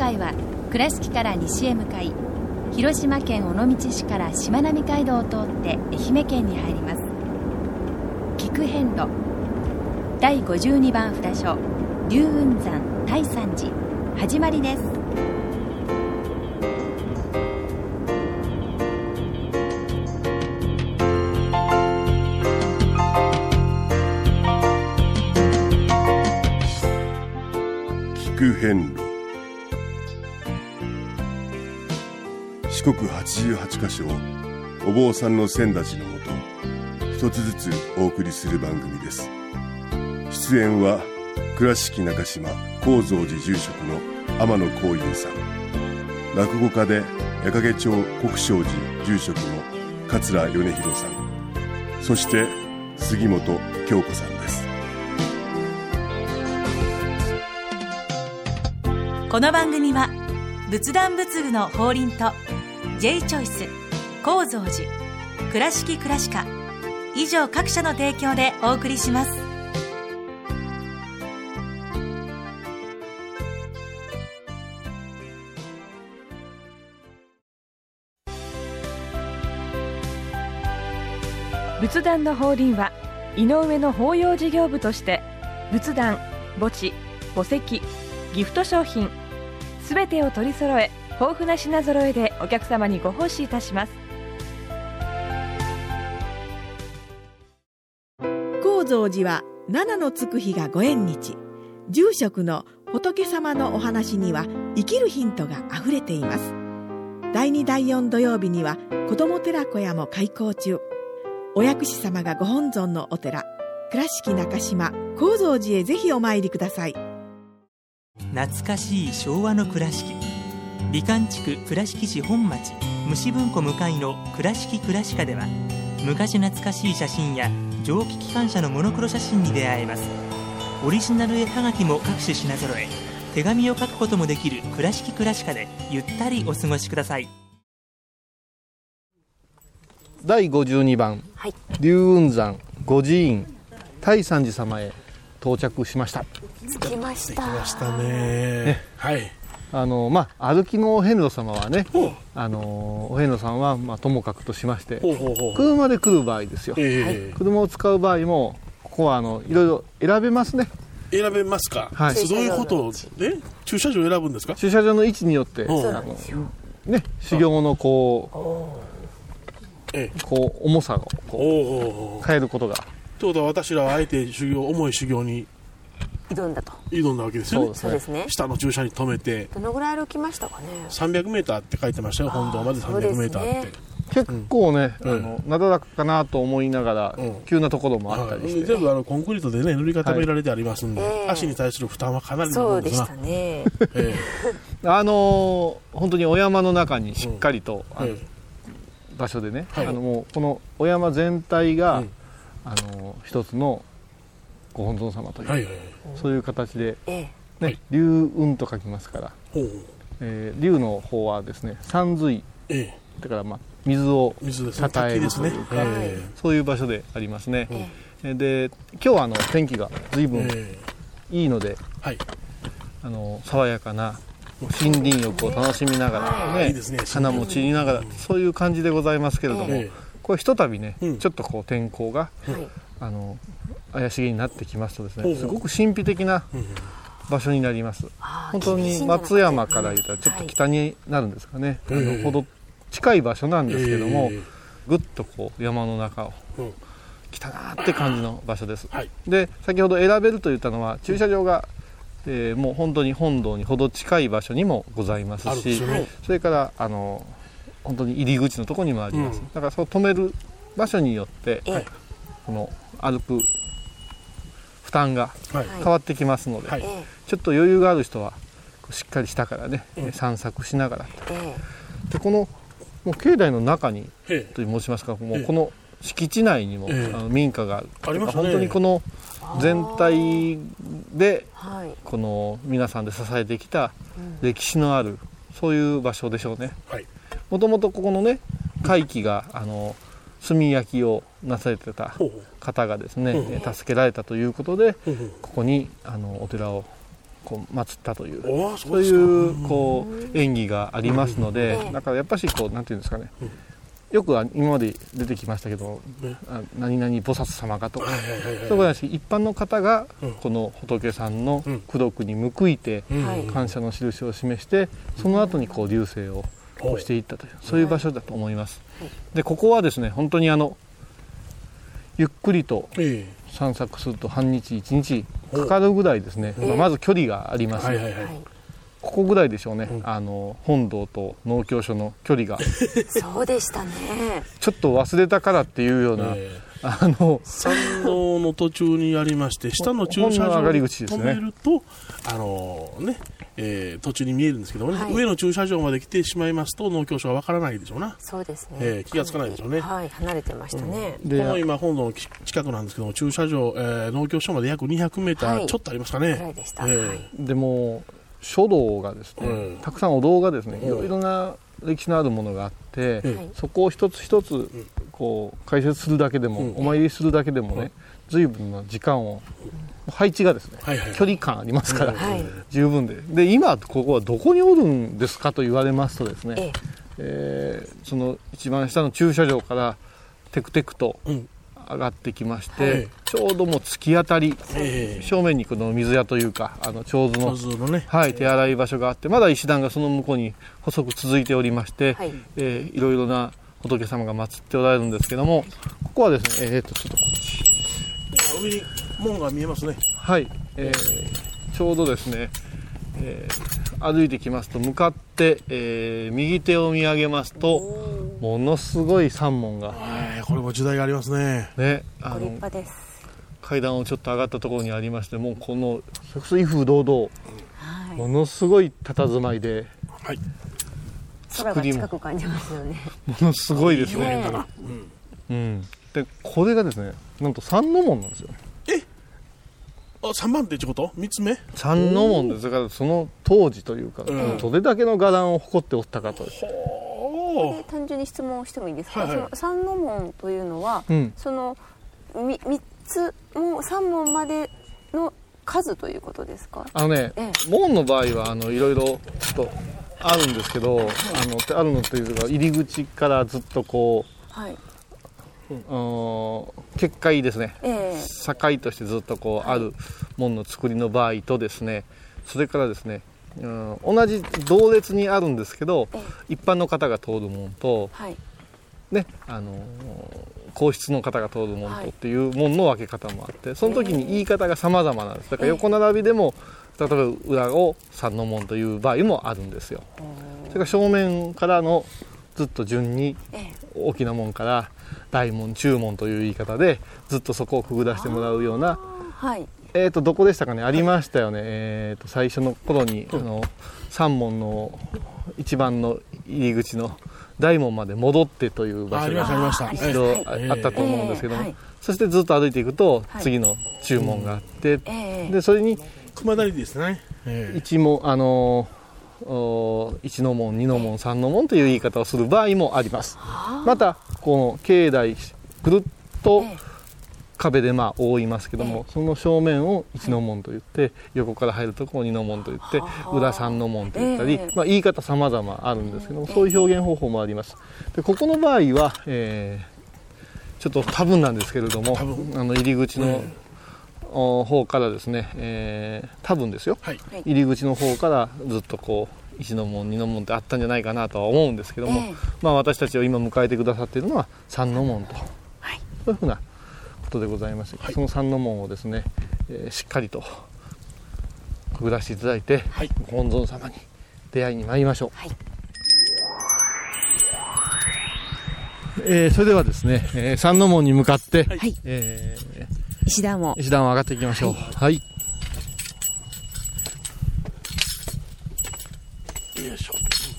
回は倉敷から西へ向かい、広島県尾道市からしまなみ海道を通って愛媛県に入ります。菊遍路第52番札所龍雲山大山寺、始まりです。 菊遍路、四国88カ所をお坊さんの先立ちのもと一つずつお送りする番組です。出演は倉敷中島・高蔵寺住職の天野幸雄さん、落語家で矢掛町国生寺住職の桂米広さん、そして杉本京子さんです。 この番組は仏壇仏具の法輪と J チョイス、高蔵寺、倉敷倉歯科以上各社の提供でお送りします。 仏壇の法輪は井上の法要事業部として仏壇、墓地、墓石、ギフト商品すべてを取り揃え、豊富な品揃えでお客様にご奉仕いたします。 高蔵寺は七のつく日がご縁日。住職の仏様のお話には生きるヒントがあふれています。第2第4土曜日には子ども寺小屋も開校中。お薬師様がご本尊のお寺、倉敷中島・高蔵寺へぜひお参りください。 懐かしい昭和の倉敷、美観地区倉敷市本町虫文庫向かいの倉敷倉歯科では、昔懐かしい写真や蒸気機関車のモノクロ写真に出会えます。オリジナル絵はがきも各種品揃え、手紙を書くこともできる倉敷倉歯科でゆったりお過ごしください。 第52番、龍雲山御寺院大山寺様へ到着しました。 着きました。 着きましたね。はい。 歩きのお遍路様はね、お遍路さんはともかくとしまして、車で来る場合ですよ。車を使う場合もここはいろいろ選べますね。 選べますか。はい。どういうことで駐車場を選ぶんですか。 駐車場の位置によって修行の重さを変えることが。 ということは私らはあえて重い修行に挑んだわけですよね。 そうですね。 下の駐車に止めて。 どのぐらい歩きましたかね。 300メーターって書いてましたよ。本堂まで300メーターって。 結構ね、なだらかかなと思いながら、急なところもあったりして、 全部コンクリートでね塗り固められてありますんで、足に対する負担はかなりのものですな。 そうでしたね。 本当にお山の中にしっかりと場所でね、もうこのお山全体が、一つのご本尊様という、そういう形で、龍雲と書きますから、龍の方はですね、山水、だから水をたたえるというか、そういう場所でありますね。で、今日は天気が随分いいので、爽やかな森林浴を楽しみながらね、花も散りながら、そういう感じでございますけれども、これひとたびね、ちょっと天候が怪しげになってきますとですね、すごく神秘的な場所になります。本当に松山から言ったらちょっと北になるんですかね、ほど近い場所なんですけども、ぐっと山の中を来たなって感じの場所です。で、先ほど選べると言ったのは駐車場がもう本当に本堂にほど近い場所にもございますし、それから本当に入り口のところにもあります。だからそう止める場所によって、この歩く負担が変わってきますので、ちょっと余裕がある人はしっかり下からね、散策しながらで、このもう境内の中にと申しますか、もうこの敷地内にも民家がある、本当にこの全体でこの皆さんで支えてきた歴史のあるそういう場所でしょうね。もともとここのね、開基が炭焼きをなされてた方がですね、助けられたということで、ここにお寺をこう祀ったというおーそういうこう縁起がありますので、だからやっぱしこうなんていうんですかね、よく今まで出てきましたけど、何々菩薩様がとか、そういうし一般の方がこの仏さんの功徳に報いて感謝の印を示して、その後にこう流星をしていったという、そういう場所だと思います。でここはですね、本当にゆっくりと散策すると半日1日かかるぐらいですね、まず距離があります。ここぐらいでしょうね、本堂と農協所の距離がそうでしたね。 ちょっと忘れたからっていうような、 参道の途中にありまして、下の駐車場に止めると、途中に見えるんですけどもね、上の駐車場まで来てしまいますと農協所はわからないでしょうな。 そうですね、 気がつかないでしょうね。 離れてましたね。 この今本堂の近くなんですけども、駐車場、農協所まで約200メーターちょっとありますかね。 ぐらいでした。 でも書道がですね、たくさんお堂がですね、いろいろな歴史のあるものがあって、そこを一つ一つこう解説するだけでも、お参りするだけでもね、随分な時間を、配置がですね、距離感ありますから、十分で今ここはどこにおるんですかと言われますとですね、その一番下の駐車場からテクテクと上がってきまして、ちょうどもう突き当たり、正面にこの水屋というか手水のね、手洗い場所があって、まだ石段がその向こうに細く続いておりまして、いろいろな仏様が祀っておられるんですけども、ここはですね、ちょっとこっち上に門が見えますね。 はい、ちょうどですね、歩いてきますと向かって、右手を見上げますとものすごい山門が、 これも時代がありますね。 ご立派です。 階段をちょっと上がったところにありまして、もうこの威風堂々、ものすごい佇まいで、 空が近く感じますよね。 ものすごいですね。でこれがですね、なんと三の門なんですよ。 3番手ってこと？3つ目？ 三の門です。だからその当時というか、どれだけの伽藍を誇っておったかと。 単純に質問をしてもいいですか？その三の門というのは、その3つも3門までの数ということですか？ 門の場合はいろいろちょっとあるんですけど、あるのというか入り口からずっとこう、結界ですね、境としてずっとこうある門の作りの場合とですね、それからですね、同じ同列にあるんですけど、一般の方が通る門と、皇室の方が通る門とっていう門の分け方もあって、その時に言い方が様々なんです。だから横並びでも例えば裏を三の門という場合もあるんですよ。それから正面からのずっと順に大きな門から大門中門という言い方でずっとそこをくぐらせてもらうような、どこでしたかね、ありましたよね。最初の頃に三門の一番の入り口の大門まで戻ってという場所が一度あったと思うんですけども、そしてずっと歩いていくと次の中門があって、でそれに熊谷ですね、 一門1の門2の門3の門という言い方をする場合もあります。またこの境内ぐるっと壁で覆いますけども、その正面を1の門と言って、横から入るところを2の門と言って、裏3の門と言ったり、言い方様々あるんですけども、そういう表現方法もあります。でここの場合は、ちょっと多分なんですけれども、入り口の方からですね、多分ですよ、入り口の方からずっとこう1の門2の門ってあったんじゃないかなとは思うんですけども、私たちを今迎えてくださっているのは3の門と、そういうふうなことでございます。その3の門をですね、しっかりとくぐらせていただいて、ご本尊様に出会いに参りましょう。それではですね、3の門に向かって、 石段を上がっていきましょう。 よいしょ。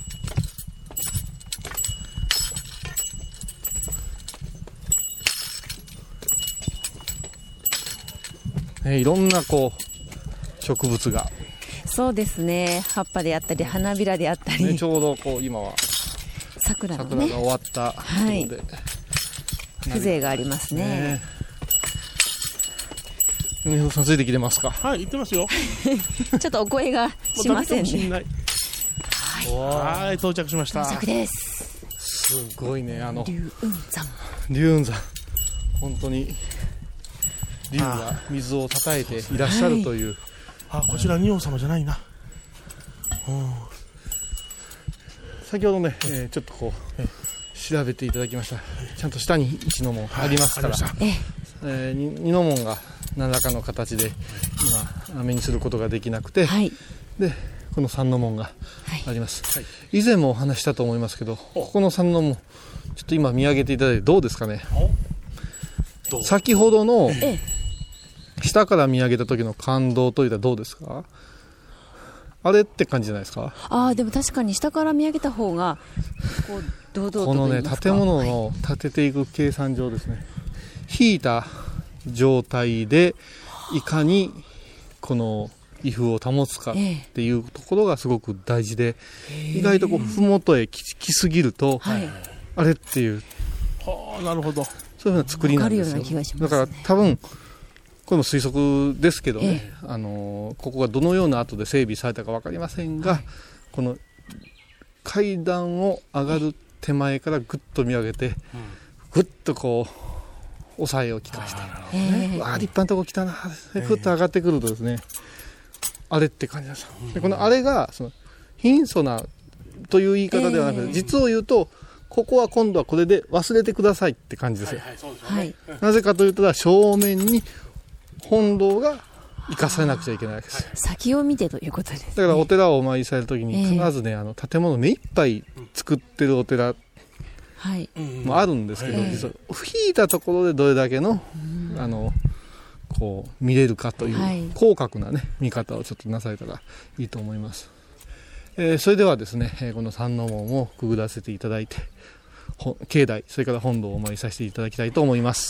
いろんなこう植物が、 そうですね、葉っぱであったり花びらであったり、 ちょうどこう今は桜が終わったところで、 風情がありますね。 米広さんついてきてますか？ はい、行ってますよ。 ちょっとお声がしませんね。 はい、到着しました。 到着です。 すごいね、 龍雲山。 龍雲山、本当に龍が水をたたえていらっしゃるという。 こちら仁王様じゃないな。 先ほどね、ちょっとこう調べていただきました。ちゃんと下に一の門ありますから、二の門が何らかの形で今目にすることができなくて、でこの三の門があります、以前もお話したと思いますけど、ここの三の門ちょっと今見上げていただいてどうですかね。先ほどの下から見上げた時の感動というのはどうですか？あれって感じじゃないですか？ でも確かに下から見上げた方がこう堂々ととこのね、建物の建てていく計算上ですね、引いた状態でいかにこの威風を保つかっていうところがすごく大事で、意外とこう麓へ来すぎると、あれっていう、 なるほど、 そういうふうな作りなんですよ。だから多分これも推測ですけどね、ここがどのような後で整備されたか分かりませんが、この階段を上がる手前からぐっと見上げて、ぐっとこう押さえを利かして、立派なとこ来たな、ふっと上がってくるとですね、あれって感じなんですよ。でこのあれがその貧相なという言い方ではなくて、実を言うとここは今度はこれで忘れてくださいって感じですよ。なぜかというと、正面に本堂が生かされなくちゃいけないわけです。 先を見てということですね。 だからお寺をお参りされるときに必ずね、建物目いっぱい作ってるお寺もあるんですけど、実は引いたところでどれだけのこう見れるかという広角なね見方をちょっとなされたらいいと思います。それではですね、この三の門をくぐらせていただいて、境内それから本堂をお参りさせていただきたいと思います。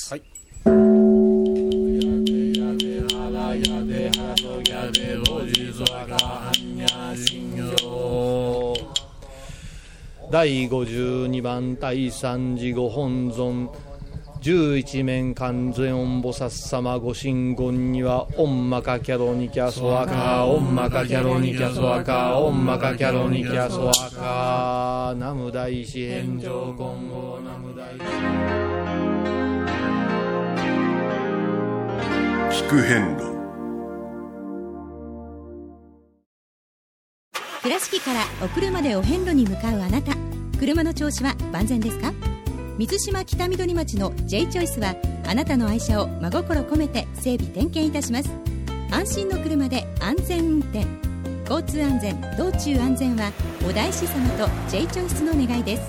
第52番第三次ご本尊十一面観世音菩薩様ご神言にはオンマカキャロニキャソワカオンマカキャロニキャソワカオンマカキャロニキャソワカナム大師返上今後ナム大聞く遍路。 倉敷からお車でお遍路に向かうあなた、車の調子は万全ですか？水島北緑町の J チョイスはあなたの愛車を真心込めて整備点検いたします。安心の車で安全運転、交通安全道中安全はお大師様と J チョイスの願いです。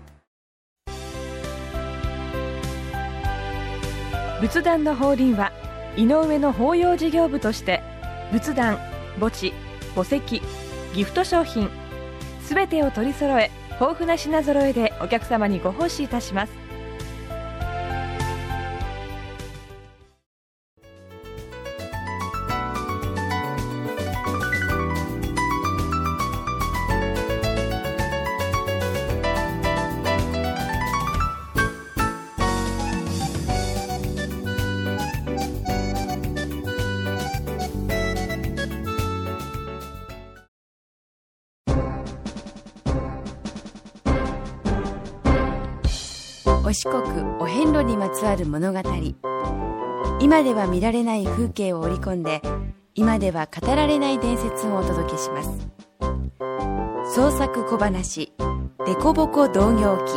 仏壇の法輪は井上の法要事業部として仏壇、墓地、墓石、ギフト商品すべてを取り揃え、豊富な品揃えでお客様にご奉仕いたします。 お四国お遍路にまつわる物語、今では見られない風景を織り込んで、今では語られない伝説をお届けします。創作小話デコボコ同行記。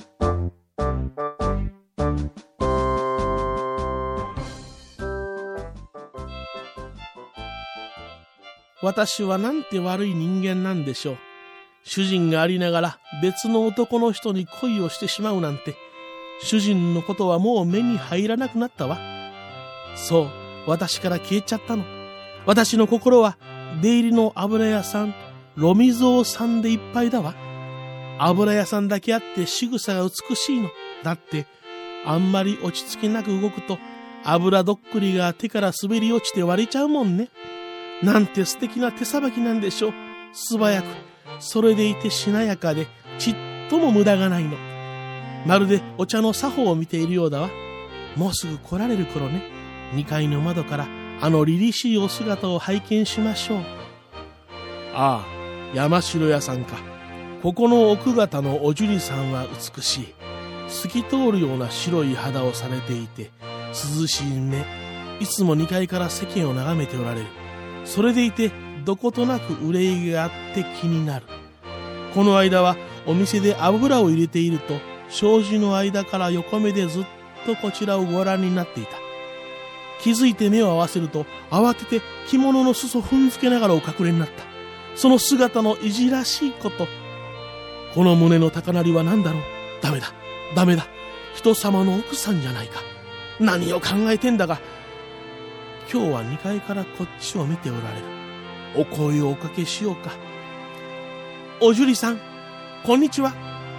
私はなんて悪い人間なんでしょう。主人がありながら別の男の人に恋をしてしまうなんて、主人のことはもう目に入らなくなったわ。そう、私から消えちゃったの。私の心は出入りの油屋さん、ロミゾーさんでいっぱいだわ。油屋さんだけあって仕草が美しいの。だってあんまり落ち着きなく動くと油どっくりが手から滑り落ちて割れちゃうもんね。なんて素敵な手さばきなんでしょう。素早く、それでいてしなやかでちっとも無駄がないの。まるでお茶の作法を見ているようだわ。もうすぐ来られる頃ね。 2階の窓からあの凛々しいお姿を拝見しましょう。ああ、山城屋さんか。ここの奥方のおじゅりさんは美しい。透き通るような白い肌をされていて、涼しい目、いつも2階から世間を眺めておられる。それでいてどことなく憂いがあって気になる。この間はお店で油を入れていると、障子の間から横目でずっとこちらをご覧になっていた。気づいて目を合わせると、慌てて着物の裾踏んづけながらお隠れになった。その姿のいじらしいこと。この胸の高鳴りは何だろう。ダメだ、ダメだ。人様の奥さんじゃないか。何を考えてんだが。今日は2階からこっちを見ておられる。お声をおかけしようか。おじゅりさん、こんにちは。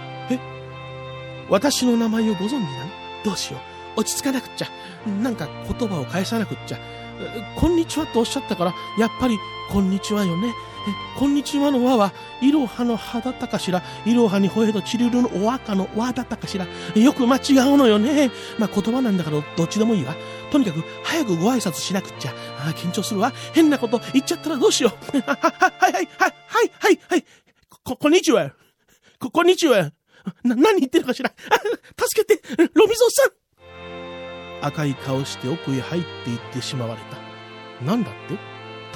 私の名前をご存知なの？どうしよう。落ち着かなくっちゃ。なんか言葉を返さなくっちゃ。こんにちはとおっしゃったから、やっぱりこんにちはよね。こんにちはの和は、いろはの葉だったかしら。いろはにほえどちりるのお赤の和だったかしら。よく間違うのよね。言葉なんだからどっちでもいいわ。とにかく早くご挨拶しなくっちゃ。緊張するわ。変なこと言っちゃったらどうしよう。こんにちは。こんにちは。何言ってるかしら。助けて、ロミゾさん。赤い顔して奥へ入っていってしまわれた。なんだって？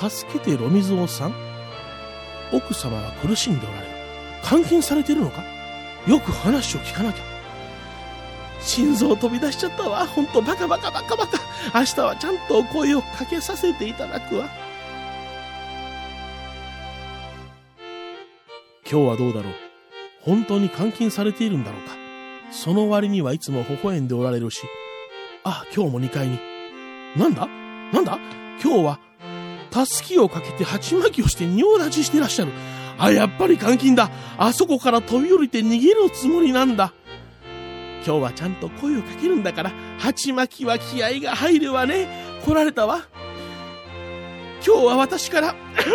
助けてロミゾさん？奥様は苦しんでおられる。監禁されているのか？よく話を聞かなきゃ。心臓飛び出しちゃったわ。ほんとバカバカバカバカ。明日はちゃんとお声をかけさせていただくわ。今日はどうだろう。本当に監禁されているんだろうか。その割にはいつも微笑んでおられるし。あ、今日も2階に。なんだ今日はたすきをかけて鉢巻きをして仁王立ちしてらっしゃる。あ、やっぱり監禁だ。あそこから飛び降りて逃げるつもりなんだ。今日はちゃんと声をかけるんだから、鉢巻きは気合が入るわね。来られたわ。今日は私から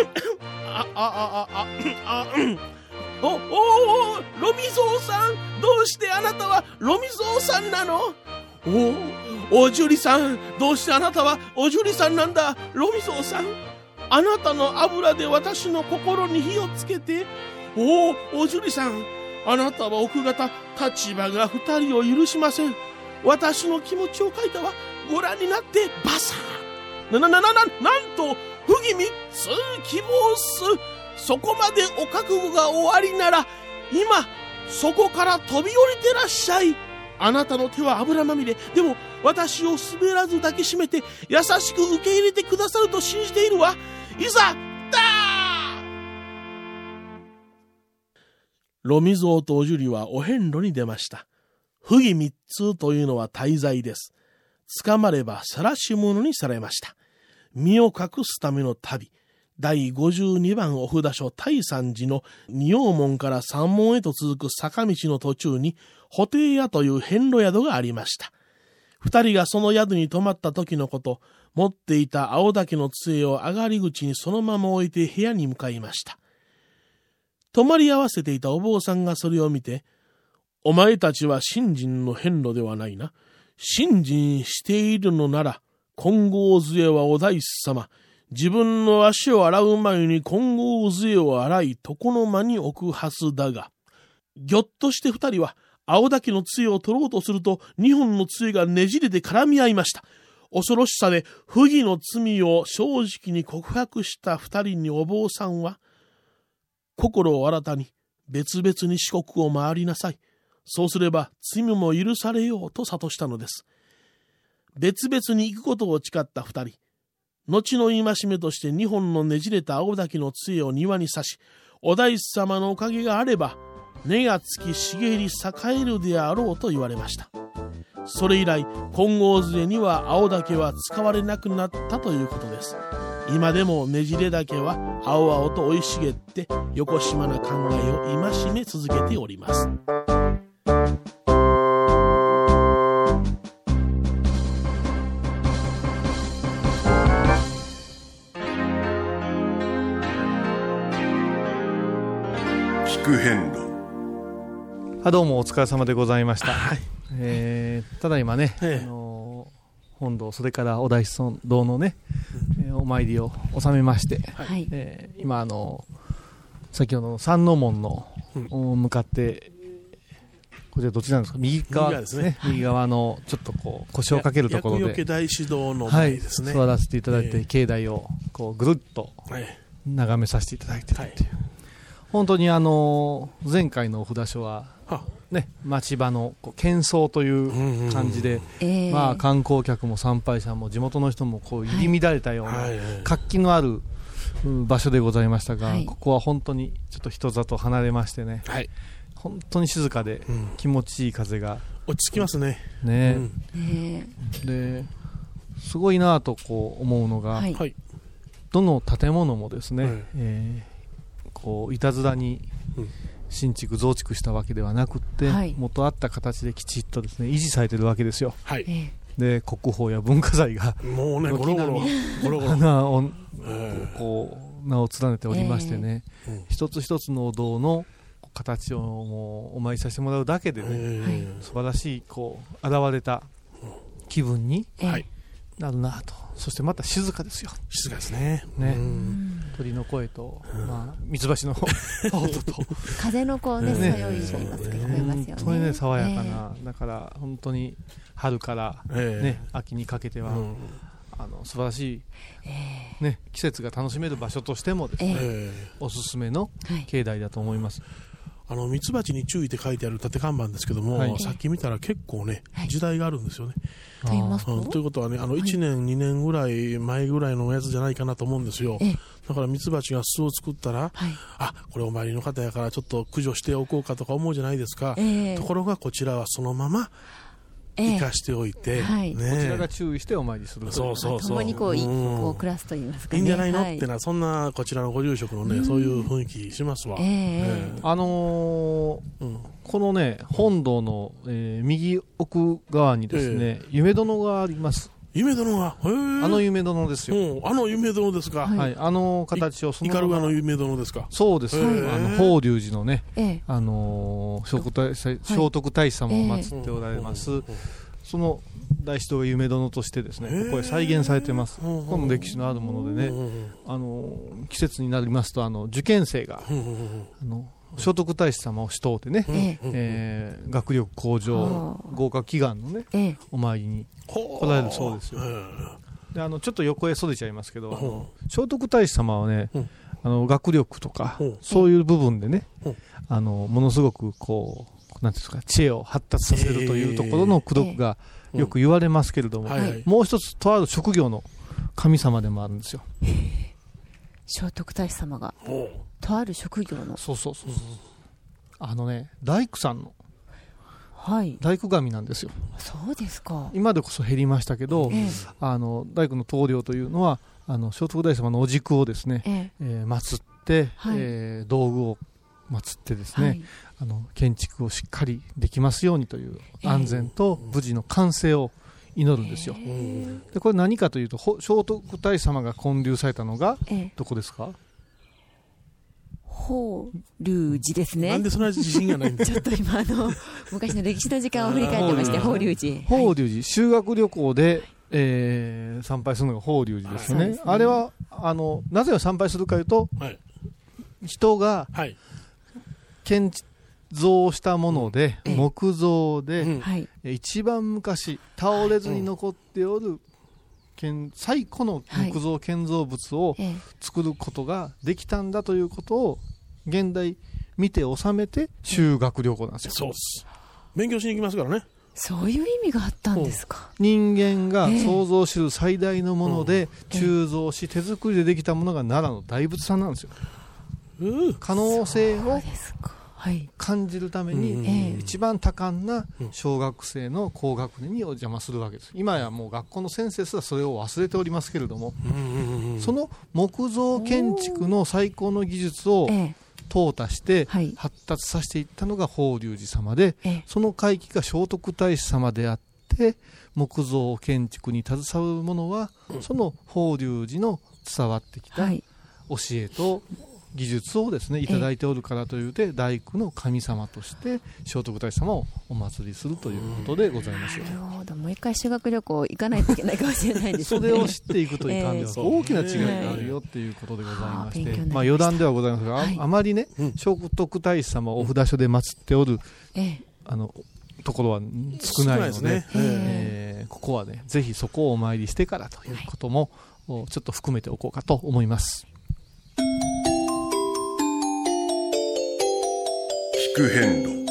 ロミゾーさん、どうしてあなたはロミゾーさんなの？おじゅりさん、どうしてあなたはおじゅりさんなんだ？ロミゾーさん、あなたの油で私の心に火をつけて。おじゅりさん、あなたは奥方、立場が2人を許しません。私の気持ちを書いたわ。ご覧になって、バサー。なんと不義3つ希望す。そこまでお覚悟が終わりなら、今そこから飛び降りてらっしゃい。あなたの手は油まみれ。でも私を滑らず抱きしめて優しく受け入れてくださると信じているわ。いざだー。ロミゾーとおじゅりはお遍路に出ました。不義3つというのは大罪です。捕まれば晒し者にされました。身を隠すための旅。第52番お札所大山寺の仁王門から山門へと続く坂道の途中に布袋屋という遍路宿がありました。二人がその宿に泊まった時のこと、持っていた青竹の杖を上がり口にそのまま置いて部屋に向かいました。泊まり合わせていたお坊さんがそれを見て、お前たちは信心の遍路ではないな。信心しているのなら、金剛杖はお大師様、自分の足を洗う前に金剛杖を洗い床の間に置くはずだが、ぎょっとして二人は青竹の杖を取ろうとすると二本の杖がねじれて絡み合いました。恐ろしさで不義の罪を正直に告白した二人にお坊さんは、心を新たに別々に四国を回りなさい。そうすれば罪も許されようと諭したのです。別々に行くことを誓った二人。後の戒めとして2本のねじれた青竹の杖を庭に刺し、お大師様のおかげがあれば根がつき茂り栄えるであろうと言われました。それ以来金剛杖には青竹は使われなくなったということです。今でもねじれ竹は青々と生い茂ってよこしまな考えを戒め続けております。 聞く遍路。 どうもお疲れ様でございました。はい、ただいまね、 本堂、それからお大師堂のね、お参りを収めまして、 はい、 今先ほどの三の門の、向かってこちらどっちなんですか、右側ですね、右側のちょっとこう腰をかけるところで厄除け大師堂の前ですね、 座らせていただいて、境内をこうぐるっと眺めさせていただいているっていう、本当に前回のお札所はね、町場の喧騒という感じで、まあ、観光客も参拝者も地元の人もこう入り乱れたような活気のある場所でございましたが、ここは本当にちょっと人里離れましてね、本当に静かで気持ちいい風が落ち着きますね。 ですごいなとこう思うのが、どの建物もですね、こういたずらに新築増築したわけではなくて、元あった形できちっとですね維持されてるわけですよ。で国宝や文化財がもうねゴロゴロこう名を連ねておりましてね、一つ一つのお堂の形をもうお参りさせてもらうだけでね、素晴らしいこう現れた気分になるなと。そしてまた静かですよ。 静かですね。 鳥の声と、ミツバチの音と風のこうね、そよいでいますけど、聞こえますよね。 本当にね爽やかな、だから本当に春からね、秋にかけては、素晴らしい、ね、季節が楽しめる場所としてもですね、おすすめの境内だと思います。 ミツバチに注意って書いてある立て看板ですけども、さっき見たら結構ね、時代があるんですよね。 と言いますと、 ということはね、1年2年ぐらい前ぐらいのやつじゃないかなと思うんですよ。だからミツバチが巣を作ったら、これお参りの方やからちょっと駆除しておこうかとか思うじゃないですか。ところがこちらはそのまま生かしておいて、 こちらが注意してお参りする。 共にこう暮らすと言いますかね、 いいんじゃないのってのは、そんなこちらのご住職のね、そういう雰囲気しますわ。 このね本堂の、右奥側にですね、夢殿があります。 夢殿が、 夢殿ですよ。 夢殿ですか。 形をそのまま。斑鳩の夢殿ですか。 そうです。法隆寺のね、聖徳太子様を祀っておられます。その大師堂が夢殿としてですね、ここへ再現されてます。この歴史のあるものでね、季節になりますと受験生が聖徳太子様を慕うてね、学力向上合格祈願のね、お参りに来られるそうですよ。でちょっと横へそれちゃいますけど、聖徳太子様はね、学力とかそういう部分でね、ものすごくこうなんていうんですか、知恵を発達させるというところの功徳がよく言われますけれども、もう一つとある職業の神様でもあるんですよ。 聖徳太子様がとある職業の、 大工さんの大工神なんですよ。 そうですか。 今でこそ減りましたけど、大工の棟梁というのは聖徳太子様のお軸をですね、祀って、道具を祀ってですね、建築をしっかりできますようにという安全と無事の完成を祈るんですよ。でこれ何かというと、聖徳太子様が建立されたのがどこですか？ 法隆寺ですね。 なんでそんな自信がないんだちょっと今昔の歴史の時間を振り返ってまして、法隆寺。 法隆寺、修学旅行で、参拝するのが法隆寺ですよね。あれはなぜ参拝するかというと、人が建造したもので、木造で、一番昔倒れずに残っておる最古の木造建造物を作ることができたんだということを現代見て収めて修学旅行なんですよ。 そうです。勉強しに行きますからね。 そういう意味があったんですか。 人間が創造する最大のもので鋳造し手作りでできたものが奈良の大仏さんなんですよ。可能性を感じるために一番多感な小学生の高学年にお邪魔するわけです。今やもう学校の先生すらそれを忘れておりますけれども、その木造建築の最高の技術を淘汰して発達させていったのが法隆寺様で、その会期が聖徳太子様であって、木造建築に携わる者はその法隆寺の伝わってきた教えと技術をですねいただいておるからというで、大工の神様として聖徳太子様をお祭りするということでございます。 なるほど。もう一回修学旅行行かないといけないかもしれないですね。 それを知っていくといかんでは、大きな違いがあるよっていうことでございまして、余談ではございますが、あまりね聖徳太子様をお札所で祀っておる、ところは少ないので、ここはねぜひそこをお参りしてからということも、ちょっと含めておこうかと思います。 聞く遍路。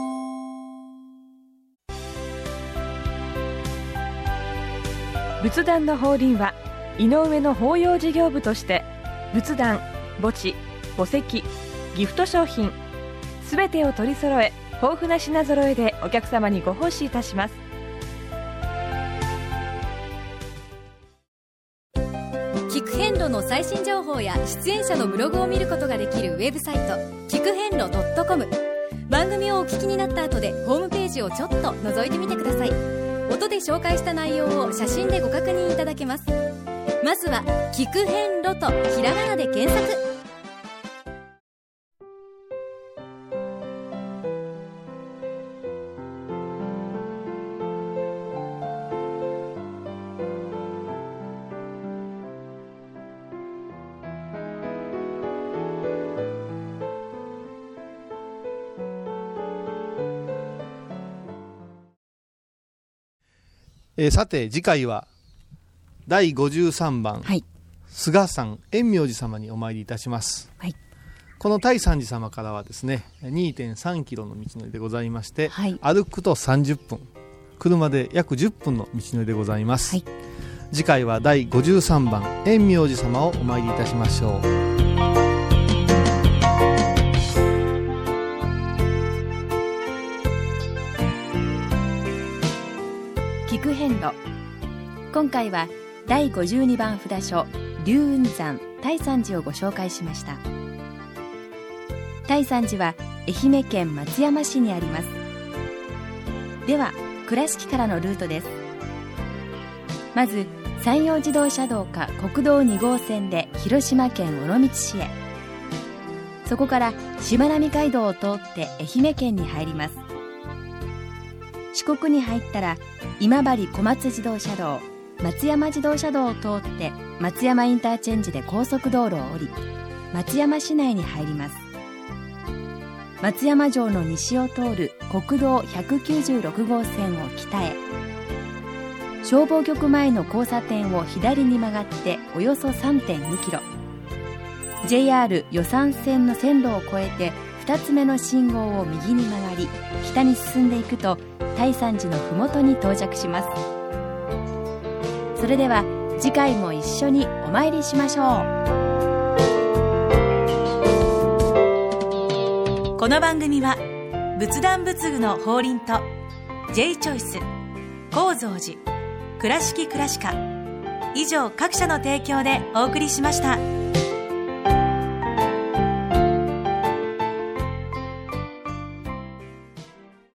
仏壇の法輪は井上の法要事業部として仏壇、墓地、墓石、ギフト商品すべてを取り揃え、豊富な品揃えでお客様にご奉仕いたします。 聞く遍路の最新情報や出演者のブログを見ることができるウェブサイト、聞く遍路 .com。 番組をお聞きになった後でホームページをちょっと覗いてみてください。音で紹介した内容を写真でご確認いただけます。まずは聞く遍路とひらがなで検索。 さて次回は第53番、菅山円明寺様にお参りいたします。この大山寺様からはですね 2.3 キロの道のりでございまして、歩くと30分、車で約10分の道のりでございます。次回は第53番円明寺様をお参りいたしましょう。 聞く遍路。今回は第52番札所龍雲山大山寺をご紹介しました。大山寺は愛媛県松山市にあります。では倉敷からのルートです。まず山陽自動車道か国道2号線で広島県尾道市へ、そこからしまなみ海道を通って愛媛県に入ります。四国に入ったら今治小松自動車道、松山自動車道を通って松山インターチェンジで高速道路を降り、松山市内に入ります。松山城の西を通る国道196号線を北へ、消防局前の交差点を左に曲がっておよそ 3.2 キロ、 JR 予讃線の線路を越えて2つ目の信号を右に曲がり、北に進んでいくと大山寺のふもとに到着します。それでは次回も一緒にお参りしましょう。この番組は仏壇仏具の法輪と J チョイス、高蔵寺、倉敷倉歯科以上各社の提供でお送りしました。